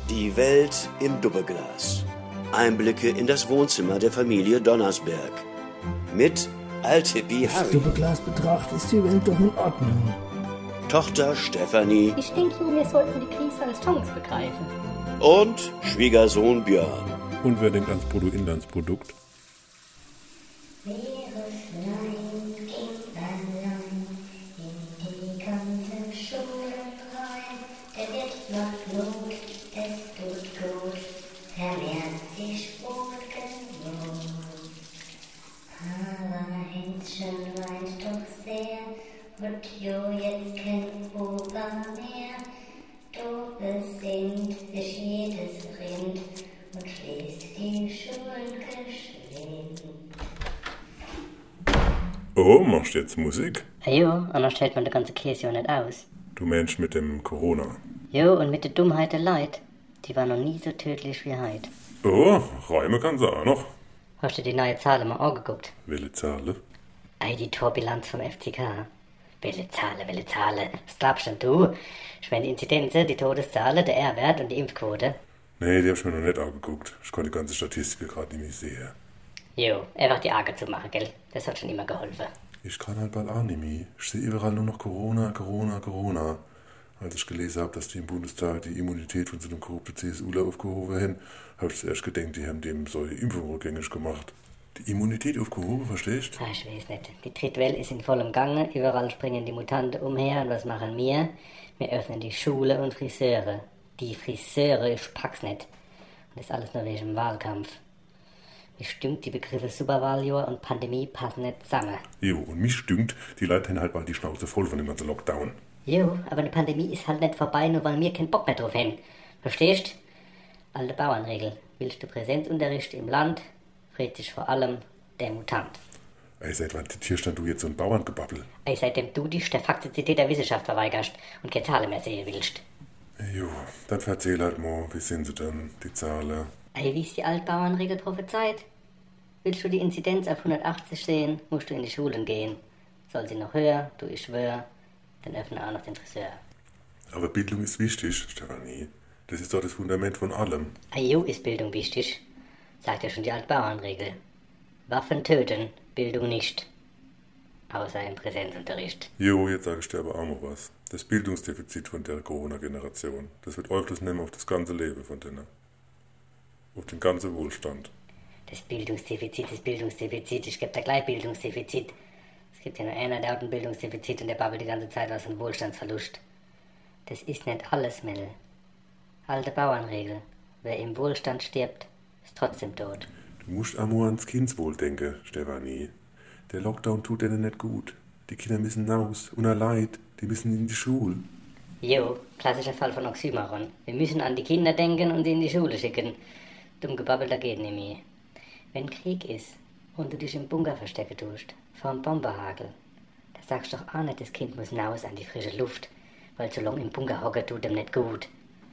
Die Welt im Doppelglas. Einblicke in das Wohnzimmer der Familie Donnersberg. Mit Althippie Harry. Doppelglas betrachtet ist die Welt doch in Ordnung. Tochter Stefanie. Ich denke, wir sollten die Krise als Chance begreifen. Und Schwiegersohn Björn. Und wer denkt ans Bruttoinlandsprodukt? Und jo, jetzt kein Ober mehr, du besingt sich jedes Rind und schließt die Schulen geschwind. Oh, machst du jetzt Musik? Jo, anders stellt man den ganzen Käse ja nicht aus. Du Mensch mit dem Corona. Jo, und mit der Dummheit der Leid, die war noch nie so tödlich wie heute. Oh, Reime kannst du auch noch. Hast du die neue Zahl mal angeguckt? Welche Zahlen? Die Torbilanz vom FCK. Welche Zahlen? Was glaubst denn du? Ich meine die Inzidenzen, die Todeszahlen, der R-Wert und die Impfquote. Nee, die hab ich mir noch nicht angeguckt. Ich konnte die ganze Statistik gerade nicht mehr sehen. Jo, einfach die Augen zumachen, gell? Das hat schon immer geholfen. Ich kann halt bald auch nicht mehr. Ich sehe überall nur noch Corona. Als ich gelesen habe, dass die im Bundestag die Immunität von so einem korrupten CSUler aufgehoben haben, habe ich zuerst gedacht, die haben dem so Impfung rückgängig gemacht. Die Immunität aufgehoben, verstehst du? Ich weiß nicht. Die Drittwelle ist in vollem Gange. Überall springen die Mutanten umher. Und was machen wir? Wir öffnen die Schule und Friseure. Die Friseure, ich pack's nicht. Und das alles nur wegen dem Wahlkampf. Mir stimmt, die Begriffe Superwahljahr und Pandemie passen nicht zusammen. Jo, und mich stimmt, die Leute haben halt bald die Schnauze voll von dem ganzen Lockdown. Jo, aber eine Pandemie ist halt nicht vorbei, nur weil wir keinen Bock mehr drauf haben. Verstehst? Alte Bauernregel. Willst du Präsenzunterricht im Land, fragt sich vor allem der Mutant. Ey, seit wann zitierst du jetzt so ein Bauerngebabbel? Ey, seitdem du dich der Faktizität der Wissenschaft verweigerst und keine Zahlen mehr sehen willst. Jo, dann erzähl halt mal, wie sind sie denn, die Zahlen? Ey, wie ist die Altbauernregel prophezeit? Willst du die Inzidenz auf 180 sehen, musst du in die Schulen gehen. Soll sie noch höher, du ich schwör, dann öffne auch noch den Friseur. Aber Bildung ist wichtig, Stefanie. Das ist doch das Fundament von allem. Jo, ist Bildung wichtig. Sagt ja schon die Altbauernregel. Waffen töten, Bildung nicht. Außer im Präsenzunterricht. Jo, jetzt sage ich dir aber auch noch was. Das Bildungsdefizit von der Corona-Generation, das wird Einfluss nehmen auf das ganze Leben von denen. Auf den ganzen Wohlstand. Das Bildungsdefizit, ich geb da gleich Bildungsdefizit. Es gibt ja nur einer, der hat ein Bildungsdefizit und der babbelt die ganze Zeit aus einem Wohlstandsverlust. Das ist nicht alles, Mädel. Alte Bauernregel. Wer im Wohlstand stirbt, ist trotzdem tot. Du musst auch mal ans Kindswohl denken, Stefanie. Der Lockdown tut denen nicht gut. Die Kinder müssen raus und allein, die müssen in die Schule. Jo, klassischer Fall von Oxymoron. Wir müssen an die Kinder denken und sie in die Schule schicken. Dumm gebabbelt, da geht nicht mehr. Wenn Krieg ist und du dich im Bunker verstecken tust, vorm Bomberhagel, da sagst du doch auch nicht, das Kind muss raus an die frische Luft, weil so lange im Bunker hocken tut dem nicht gut.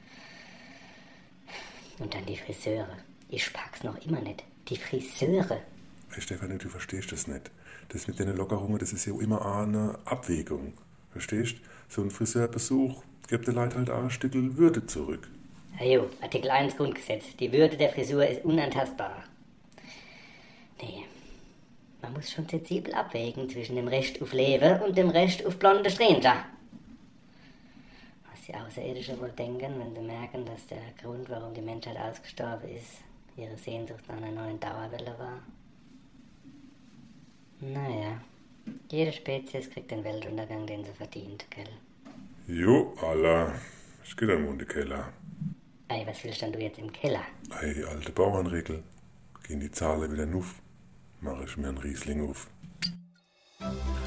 Und dann die Friseure. Ich pack's noch immer nicht. Die Friseure. Hey Stefanie, du verstehst das nicht. Das mit den Lockerungen, das ist ja immer eine Abwägung. Verstehst? So ein Friseurbesuch gibt den Leuten halt auch ein Stückel Würde zurück. Jo, Artikel 1 Grundgesetz. Die Würde der Frisur ist unantastbar. Nee, man muss schon sensibel abwägen zwischen dem Recht auf Leben und dem Recht auf blonde Stranger. Was die Außerirdischen wohl denken, wenn sie merken, dass der Grund, warum die Menschheit ausgestorben ist, ihre Sehnsucht nach einer neuen Dauerwelle war. Naja, jede Spezies kriegt den Weltuntergang, den sie verdient, gell? Jo, Allah. Ich geh dann mal in den Keller. Ey, was willst denn du jetzt im Keller? Ey, alte Bauernregel. Gehen die Zahlen wieder nuff, mache ich mir einen Riesling auf.